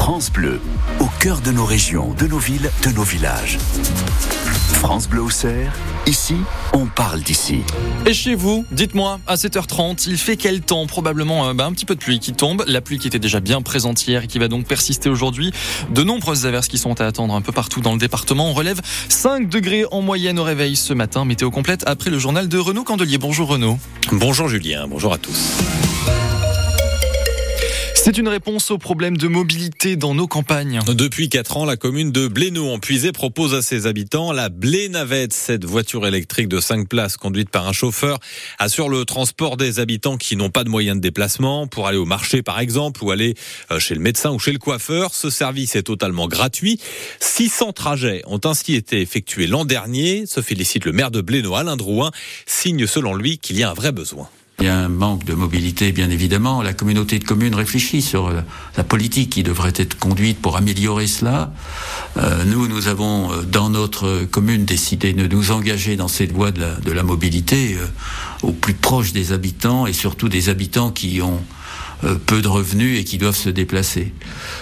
France Bleu, au cœur de nos régions, de nos villes, de nos villages. France Bleu Auxerre, ici, on parle d'ici. Et chez vous, dites-moi, à 7h30, il fait quel temps ? Probablement un petit peu de pluie qui tombe. La pluie qui était déjà bien présente hier et qui va donc persister aujourd'hui. De nombreuses averses qui sont à attendre un peu partout dans le département. On relève 5 degrés en moyenne au réveil ce matin. Météo complète après le journal de Renaud Candelier. Bonjour Renaud. Bonjour Julien, bonjour à tous. C'est une réponse aux problèmes de mobilité dans nos campagnes. Depuis 4 ans, la commune de Blénaud en Puisée propose à ses habitants la Blénavette. Cette voiture électrique de 5 places conduite par un chauffeur assure le transport des habitants qui n'ont pas de moyens de déplacement pour aller au marché par exemple ou aller chez le médecin ou chez le coiffeur. Ce service est totalement gratuit. 600 trajets ont ainsi été effectués l'an dernier. Se félicite le maire de Blénaud, Alain Drouin, signe selon lui qu'il y a un vrai besoin. Il y a un manque de mobilité, bien évidemment. La communauté de communes réfléchit sur la politique qui devrait être conduite pour améliorer cela. Nous avons, dans notre commune, décidé de nous engager dans cette voie de la mobilité au plus proche des habitants et surtout des habitants qui ont peu de revenus et qui doivent se déplacer.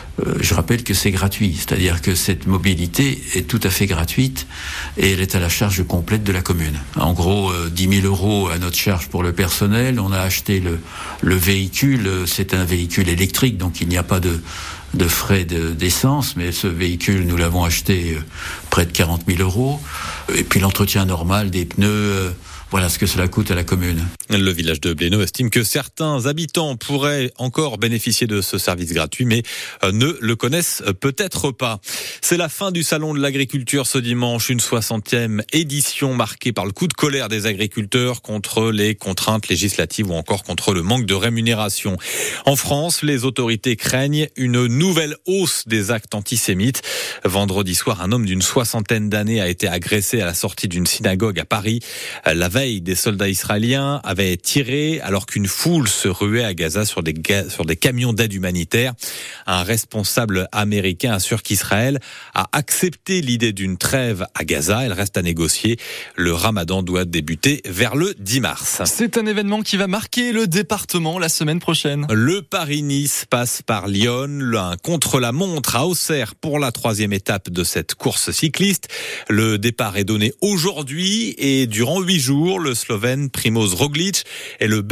Je rappelle que c'est gratuit, c'est-à-dire que cette mobilité est tout à fait gratuite et elle est à la charge complète de la commune. En gros, 10 000 € à notre charge pour le personnel. On a acheté le véhicule, c'est un véhicule électrique, donc il n'y a pas de frais d'essence, mais ce véhicule, nous l'avons acheté près de 40 000 €. Et puis l'entretien normal des pneus, voilà ce que cela coûte à la commune. Le village de Blénaud estime que certains habitants pourraient encore bénéficier de ce service gratuit, mais ne le connaissent peut-être pas. C'est la fin du salon de l'agriculture ce dimanche, une 60e édition marquée par le coup de colère des agriculteurs contre les contraintes législatives ou encore contre le manque de rémunération. En France, les autorités craignent une nouvelle hausse des actes antisémites. Vendredi soir, un homme d'une 60aine d'années a été agressé à la sortie d'une synagogue à Paris. La veille, des soldats israéliens avaient tiré alors qu'une foule se ruait à Gaza sur des camions d'aide humanitaire. Un responsable américain assure qu'Israël a accepté l'idée d'une trêve à Gaza. Elle reste à négocier. Le Ramadan doit débuter vers le 10 mars. C'est un événement qui va marquer le département la semaine prochaine. Le Paris-Nice passe par Lyon, un contre-la-montre à Auxerre pour la 3e étape de cette course cycliste. Le départ est donné aujourd'hui et durant 8 jours, le Slovène Primož Roglič et le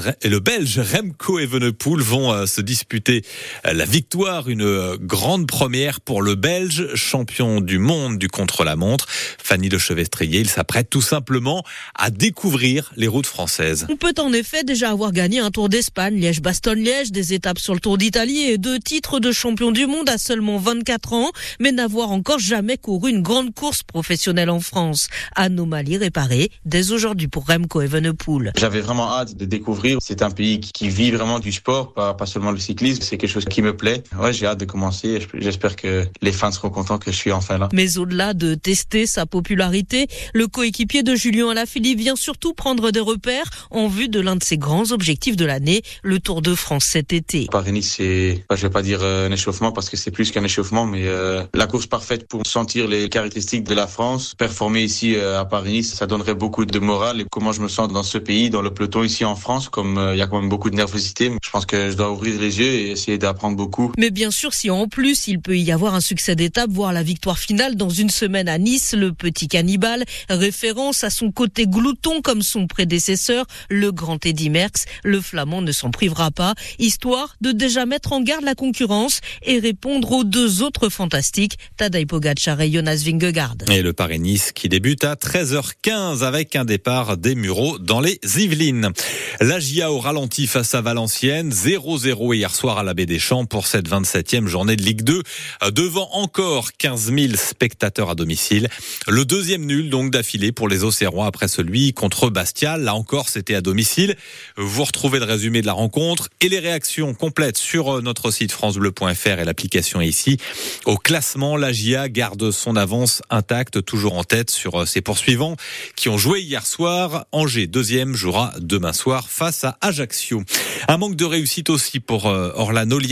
Belge Remco Evenepoel vont se disputer la victoire, une grande première pour le Belge, champion du monde du contre-la-montre. Fanny Lechevestrier, il s'apprête tout simplement à découvrir les routes françaises. On peut en effet déjà avoir gagné un Tour d'Espagne, Liège-Bastogne-Liège, des étapes sur le Tour d'Italie et 2 titres de champion du monde à seulement 24 ans, mais n'avoir encore jamais couru une grande course professionnelle en France. Anomalie réparée dès aujourd'hui pour Remco Evenepoel. J'avais vraiment hâte de découvrir. C'est un pays qui vit vraiment du sport, pas seulement le cyclisme. C'est quelque chose qui me plaît. Ouais, j'ai hâte de commencer. J'espère que les fans seront contents que je suis enfin là. Mais au-delà de tester sa popularité, le coéquipier de Julien Alaphilippe vient surtout prendre des repères en vue de l'un de ses grands objectifs de l'année, le Tour de France cet été. Paris-Nice, c'est, je vais pas dire un échauffement parce que c'est plus qu'un échauffement, mais la course parfaite pour sentir les caractéristiques de la France. Performer ici à Paris-Nice, ça donnerait beaucoup de morale. Et comment je me sens dans ce pays, dans le peloton ici en France, comme il y a quand même beaucoup de nervosité. Je pense que je dois ouvrir les yeux et essayer d'apprendre beaucoup. Mais bien sûr, si en plus il peut y avoir un succès d'étape, voire la victoire finale dans une semaine à Nice, le petit cannibale, référence à son côté glouton comme son prédécesseur, le grand Eddy Merckx, le Flamand ne s'en privera pas, histoire de déjà mettre en garde la concurrence et répondre aux 2 autres fantastiques, Tadej Pogačar et Jonas Vingegaard. Et le Paris-Nice qui débute à 13h15 avec un départ des Mureaux dans les Yvelines. La GIA au ralenti face à Valenciennes, 0-0 hier soir à la Baie des Champs pour cette 27e journée de Ligue 2, devant encore 15 000 spectateurs à domicile. Le 2e nul donc d'affilée pour les Auxerrois après celui contre Bastia. Là encore, c'était à domicile. Vous retrouvez le résumé de la rencontre et les réactions complètes sur notre site francebleu.fr et l'application est ici. Au classement, la GIA garde son avance intacte, toujours en tête sur ses poursuivants qui ont joué hier soir. Angers, 2e, jouera demain soir face à Ajaccio. Un manque de réussite aussi pour Orla Nolière, la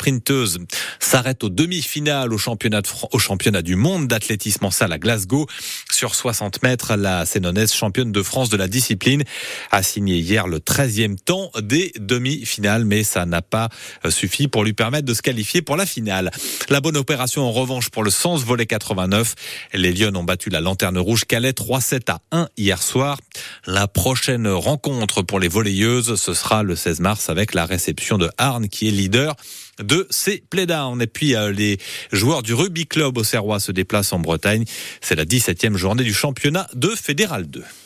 sprinteuse s'arrête aux demi-finales au championnat du monde d'athlétisme en salle à Glasgow. Sur 60 mètres, la Sénonaise, championne de France de la discipline, a signé hier le 13e temps des demi-finales, mais ça n'a pas suffi pour lui permettre de se qualifier pour la finale. La bonne opération en revanche pour le Sens volley 89. Les Lyonnes ont battu la Lanterne Rouge Calais 3-7-1 hier soir. La prochaine rencontre pour les volleyeuses, ce sera le 16 mars avec la réception de Arnes qui est leader de ces playdowns. Et puis les joueurs du Rugby Club Auxerrois se déplacent en Bretagne. C'est la 17e journée du championnat de Fédéral 2.